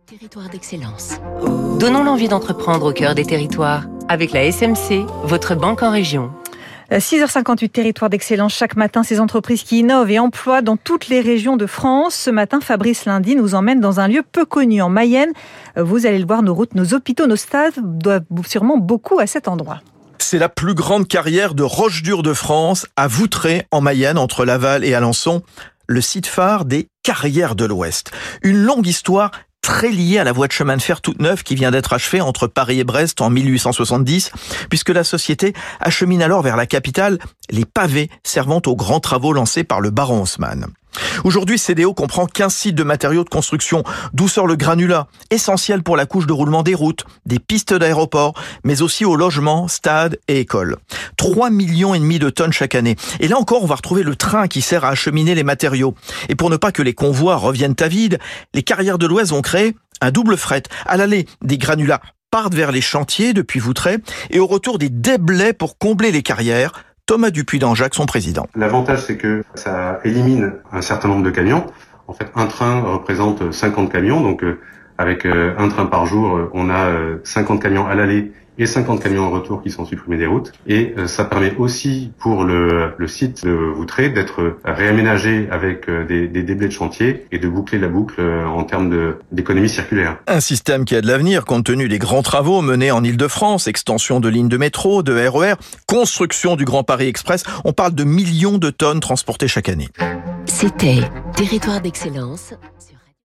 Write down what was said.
Territoire d'excellence. Donnons l'envie d'entreprendre au cœur des territoires avec la SMC, votre banque en région. 6h58, Territoire d'excellence. Chaque matin, ces entreprises qui innovent et emploient dans toutes les régions de France. Ce matin, Fabrice Lundy nous emmène dans un lieu peu connu en Mayenne. Vous allez le voir, nos routes, nos hôpitaux, nos stades doivent sûrement beaucoup à cet endroit. C'est la plus grande carrière de roche dure de France, à Voutray, en Mayenne, entre Laval et Alençon. Le site phare des Carrières de l'Ouest. Une longue histoire très liée à la voie de chemin de fer toute neuve qui vient d'être achevée entre Paris et Brest en 1870, puisque la société achemine alors vers la capitale les pavés servant aux grands travaux lancés par le baron Haussmann. Aujourd'hui, CDO comprend 15 sites de matériaux de construction, d'où sort le granulat, essentiel pour la couche de roulement des routes, des pistes d'aéroport, mais aussi aux logements, stades et écoles. 3,5 millions de tonnes chaque année. Et là encore, on va retrouver le train qui sert à acheminer les matériaux. Et pour ne pas que les convois reviennent à vide, les Carrières de l'Ouest ont créé un double fret. À l'aller, des granulats partent vers les chantiers depuis Voutray et au retour des déblais pour combler les carrières. Thomas Dupuis-d'Angeac, son président. L'avantage, c'est que ça élimine un certain nombre de camions. En fait, un train représente 50 camions, donc avec un train par jour, on a 50 camions à l'aller et 50 camions en retour qui sont supprimés des routes. Et ça permet aussi pour le site de Voutray d'être réaménagé avec des déblais de chantier et de boucler la boucle en termes d'économie circulaire. Un système qui a de l'avenir compte tenu des grands travaux menés en Île-de-France, extension de lignes de métro, de RER, construction du Grand Paris Express. On parle de millions de tonnes transportées chaque année. C'était Territoire d'excellence sur